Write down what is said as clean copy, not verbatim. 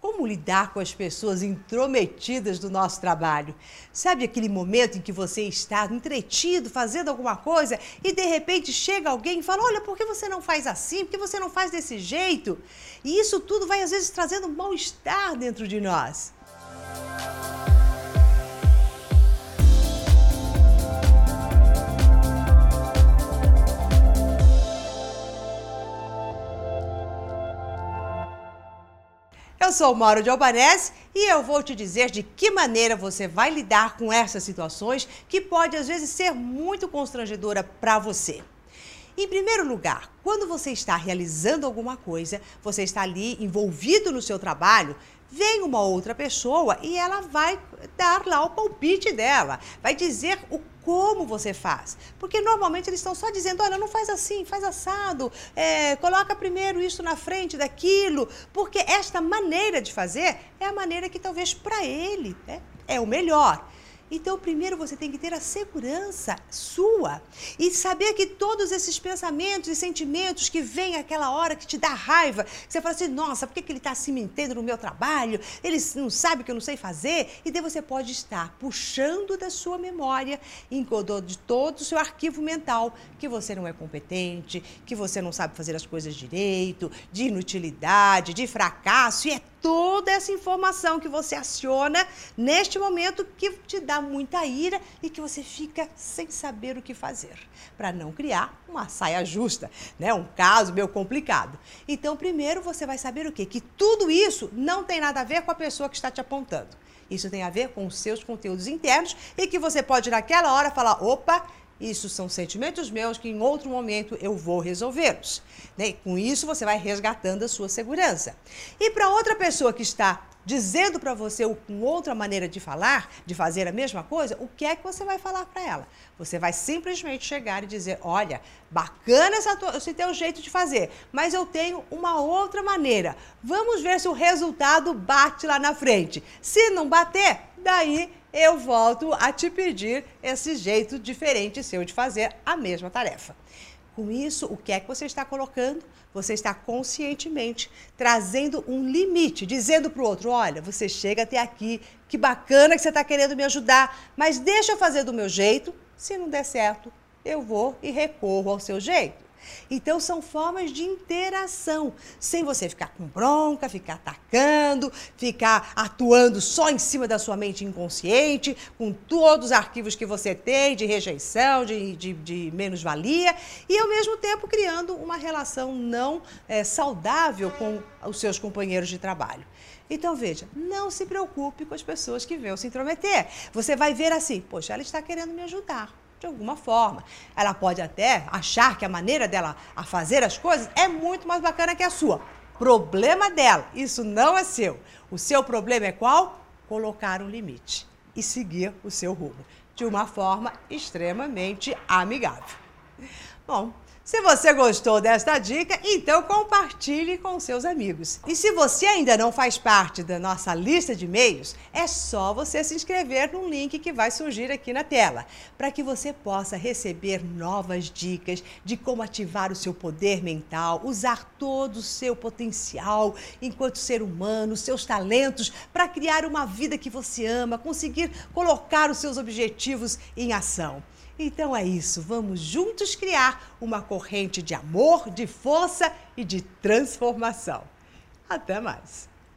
Como lidar com as pessoas intrometidas do nosso trabalho? Sabe aquele momento em que você está entretido, fazendo alguma coisa e de repente chega alguém e fala, olha, por que você não faz assim? Por que você não faz desse jeito? E isso tudo vai às vezes trazendo um mal-estar dentro de nós. Eu sou Mauro de Albanese e eu vou te dizer de que maneira você vai lidar com essas situações que pode às vezes ser muito constrangedora para você. Em primeiro lugar, quando você está realizando alguma coisa, você está ali envolvido no seu trabalho, vem uma outra pessoa e ela vai dar lá o palpite dela, vai dizer como você faz. Porque normalmente eles estão só dizendo, olha, não faz assim, faz assado, coloca primeiro isso na frente daquilo, porque esta maneira de fazer é a maneira que talvez para ele é o melhor. Então, primeiro você tem que ter a segurança sua e saber que todos esses pensamentos e sentimentos que vêm àquela hora que te dá raiva, que você fala assim, nossa, por que ele está se metendo no meu trabalho? Ele não sabe o que eu não sei fazer? E daí você pode estar puxando da sua memória, de todo o seu arquivo mental, que você não é competente, que você não sabe fazer as coisas direito, de inutilidade, de fracasso, e é toda essa informação que você aciona neste momento que te dá muita ira e que você fica sem saber o que fazer, para não criar uma saia justa, né? Um caso meio complicado. Então, primeiro você vai saber o quê? Que tudo isso não tem nada a ver com a pessoa que está te apontando. Isso tem a ver com os seus conteúdos internos e que você pode, naquela hora, falar, opa, isso são sentimentos meus que em outro momento eu vou resolvê-los. E com isso você vai resgatando a sua segurança. E para outra pessoa que está dizendo para você com outra maneira de falar, de fazer a mesma coisa, o que é que você vai falar para ela? Você vai simplesmente chegar e dizer, olha, bacana esse teu jeito de fazer, mas eu tenho uma outra maneira. Vamos ver se o resultado bate lá na frente. Se não bater, daí eu volto a te pedir esse jeito diferente seu de fazer a mesma tarefa. Com isso, o que é que você está colocando? Você está conscientemente trazendo um limite, dizendo para o outro, olha, você chega até aqui, que bacana que você está querendo me ajudar, mas deixa eu fazer do meu jeito, se não der certo, eu vou e recorro ao seu jeito. Então, são formas de interação, sem você ficar com bronca, ficar atacando, ficar atuando só em cima da sua mente inconsciente, com todos os arquivos que você tem de rejeição, de menos-valia, e ao mesmo tempo criando uma relação não saudável com os seus companheiros de trabalho. Então, veja, não se preocupe com as pessoas que venham se intrometer. Você vai ver assim, poxa, ela está querendo me ajudar. De alguma forma. Ela pode até achar que a maneira dela a fazer as coisas é muito mais bacana que a sua. Problema dela, isso não é seu. O seu problema é qual? Colocar um limite e seguir o seu rumo, de uma forma extremamente amigável. Bom, se você gostou desta dica, então compartilhe com seus amigos. E se você ainda não faz parte da nossa lista de e-mails, é só você se inscrever no link que vai surgir aqui na tela, para que você possa receber novas dicas de como ativar o seu poder mental, usar todo o seu potencial enquanto ser humano, seus talentos, para criar uma vida que você ama, conseguir colocar os seus objetivos em ação. Então é isso, vamos juntos criar uma corrente de amor, de força e de transformação. Até mais!